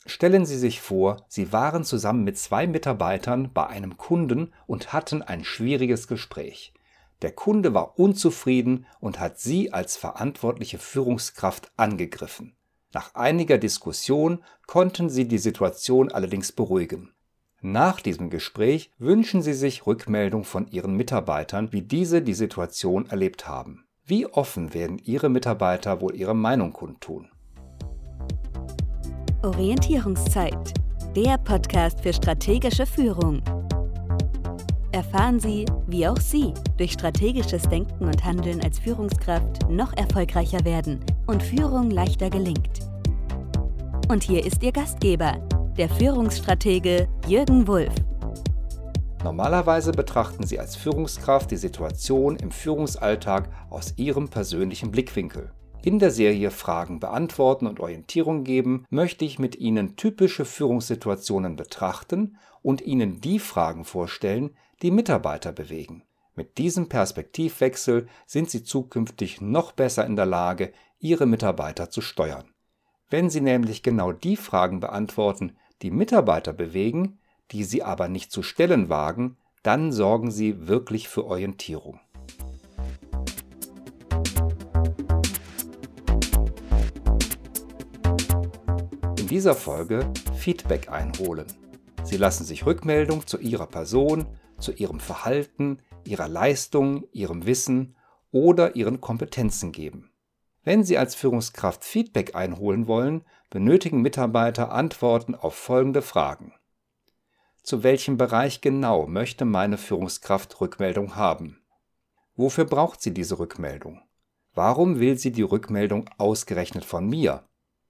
Stellen Sie sich vor, Sie waren zusammen mit 2 Mitarbeitern bei einem Kunden und hatten ein schwieriges Gespräch. Der Kunde war unzufrieden und hat Sie als verantwortliche Führungskraft angegriffen. Nach einiger Diskussion konnten Sie die Situation allerdings beruhigen. Nach diesem Gespräch wünschen Sie sich Rückmeldung von Ihren Mitarbeitern, wie diese die Situation erlebt haben. Wie offen werden Ihre Mitarbeiter wohl ihre Meinung kundtun? Orientierungszeit, der Podcast für strategische Führung. Erfahren Sie, wie auch Sie durch strategisches Denken und Handeln als Führungskraft noch erfolgreicher werden und Führung leichter gelingt. Und hier ist Ihr Gastgeber, der Führungsstratege Jürgen Wulff. Normalerweise betrachten Sie als Führungskraft die Situation im Führungsalltag aus Ihrem persönlichen Blickwinkel. In der Serie Fragen beantworten und Orientierung geben möchte ich mit Ihnen typische Führungssituationen betrachten und Ihnen die Fragen vorstellen, die Mitarbeiter bewegen. Mit diesem Perspektivwechsel sind Sie zukünftig noch besser in der Lage, Ihre Mitarbeiter zu steuern. Wenn Sie nämlich genau die Fragen beantworten, die Mitarbeiter bewegen, die Sie aber nicht zu stellen wagen, dann sorgen Sie wirklich für Orientierung. In dieser Folge Feedback einholen. Sie lassen sich Rückmeldung zu Ihrer Person, zu Ihrem Verhalten, Ihrer Leistung, Ihrem Wissen oder Ihren Kompetenzen geben. Wenn Sie als Führungskraft Feedback einholen wollen, benötigen Mitarbeiter Antworten auf folgende Fragen. Zu welchem Bereich genau möchte meine Führungskraft Rückmeldung haben? Wofür braucht sie diese Rückmeldung? Warum will sie die Rückmeldung ausgerechnet von mir?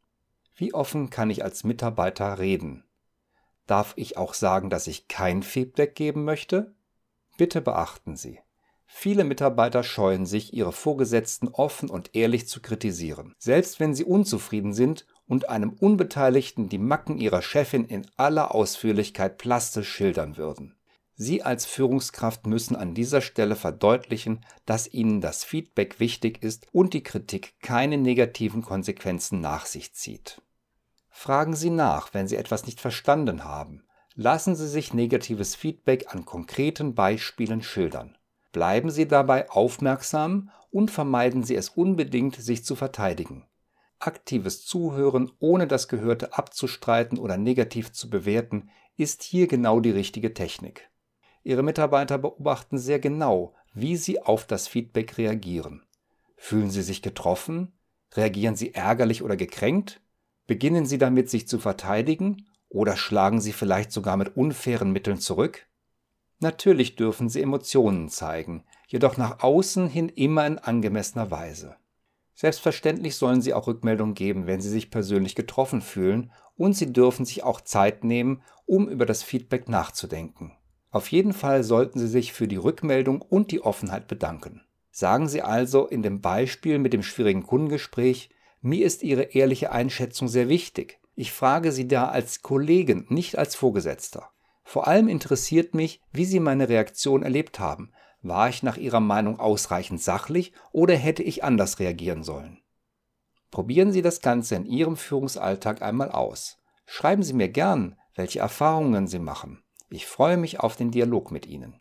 Wie offen kann ich als Mitarbeiter reden? Darf ich auch sagen, dass ich kein Feedback geben möchte? Bitte beachten Sie: Viele Mitarbeiter scheuen sich, ihre Vorgesetzten offen und ehrlich zu kritisieren, selbst wenn sie unzufrieden sind und einem Unbeteiligten die Macken ihrer Chefin in aller Ausführlichkeit plastisch schildern würden. Sie als Führungskraft müssen an dieser Stelle verdeutlichen, dass Ihnen das Feedback wichtig ist und die Kritik keine negativen Konsequenzen nach sich zieht. Fragen Sie nach, wenn Sie etwas nicht verstanden haben. Lassen Sie sich negatives Feedback an konkreten Beispielen schildern. Bleiben Sie dabei aufmerksam und vermeiden Sie es unbedingt, sich zu verteidigen. Aktives Zuhören, ohne das Gehörte abzustreiten oder negativ zu bewerten, ist hier genau die richtige Technik. Ihre Mitarbeiter beobachten sehr genau, wie Sie auf das Feedback reagieren. Fühlen Sie sich getroffen? Reagieren Sie ärgerlich oder gekränkt? Beginnen Sie damit, sich zu verteidigen? Oder schlagen Sie vielleicht sogar mit unfairen Mitteln zurück? Natürlich dürfen Sie Emotionen zeigen, jedoch nach außen hin immer in angemessener Weise. Selbstverständlich sollen Sie auch Rückmeldung geben, wenn Sie sich persönlich getroffen fühlen, und Sie dürfen sich auch Zeit nehmen, um über das Feedback nachzudenken. Auf jeden Fall sollten Sie sich für die Rückmeldung und die Offenheit bedanken. Sagen Sie also in dem Beispiel mit dem schwierigen Kundengespräch: Mir ist Ihre ehrliche Einschätzung sehr wichtig. Ich frage Sie da als Kollegen, nicht als Vorgesetzter. Vor allem interessiert mich, wie Sie meine Reaktion erlebt haben. War ich nach Ihrer Meinung ausreichend sachlich oder hätte ich anders reagieren sollen? Probieren Sie das Ganze in Ihrem Führungsalltag einmal aus. Schreiben Sie mir gern, welche Erfahrungen Sie machen. Ich freue mich auf den Dialog mit Ihnen.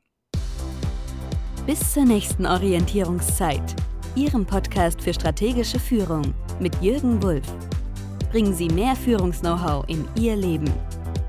Bis zur nächsten Orientierungszeit, Ihrem Podcast für strategische Führung mit Jürgen Wulff. Bringen Sie mehr Führungs-Know-how in Ihr Leben.